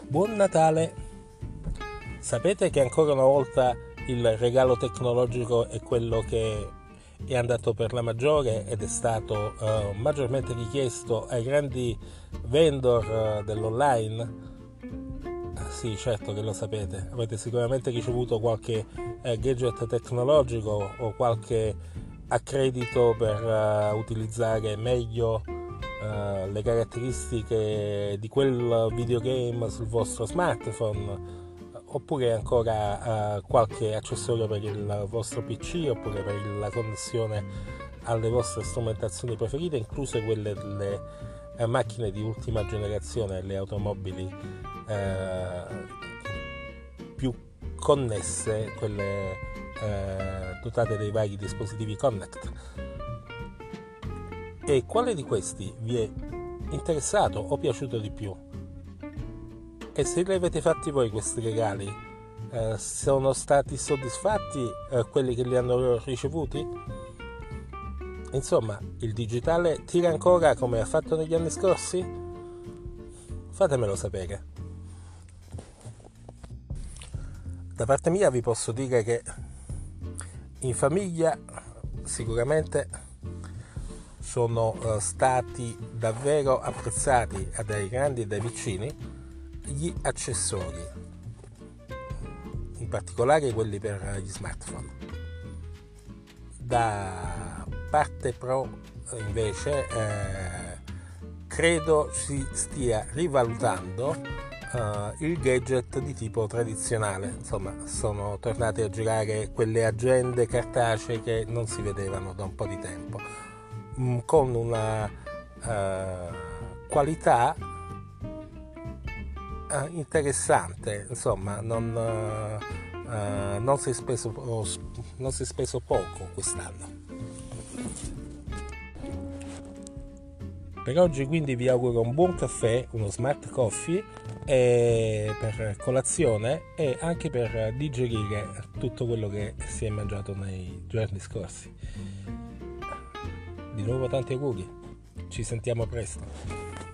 Buon Natale! Sapete che ancora una volta il regalo tecnologico è quello che è andato per la maggiore ed è stato maggiormente richiesto ai grandi vendor dell'online? Sì, certo che lo sapete. Avete sicuramente ricevuto qualche gadget tecnologico o qualche accredito per utilizzare meglio le caratteristiche di quel videogame sul vostro smartphone, oppure ancora qualche accessorio per il vostro PC, oppure per la connessione alle vostre strumentazioni preferite, incluse quelle delle macchine di ultima generazione, le automobili più connesse, quelle dotate dei vari dispositivi Connect. E quale di questi vi è interessato o piaciuto di più? E se li avete fatti voi questi regali, sono stati soddisfatti quelli che li hanno ricevuti? Insomma, il digitale tira ancora come ha fatto negli anni scorsi? Fatemelo sapere. Da parte mia vi posso dire che in famiglia sicuramente sono stati davvero apprezzati dai grandi e dai vicini gli accessori, in particolare quelli per gli smartphone. Da parte pro invece credo si stia rivalutando il gadget di tipo tradizionale. Insomma, sono tornate a girare quelle agende cartacee che non si vedevano da un po' di tempo, con una qualità interessante. Insomma, non si è speso poco quest'anno. Per oggi quindi vi auguro un buon caffè, uno smart coffee per colazione e anche per digerire tutto quello che si è mangiato nei giorni scorsi. Di nuovo tanti auguri, ci sentiamo presto.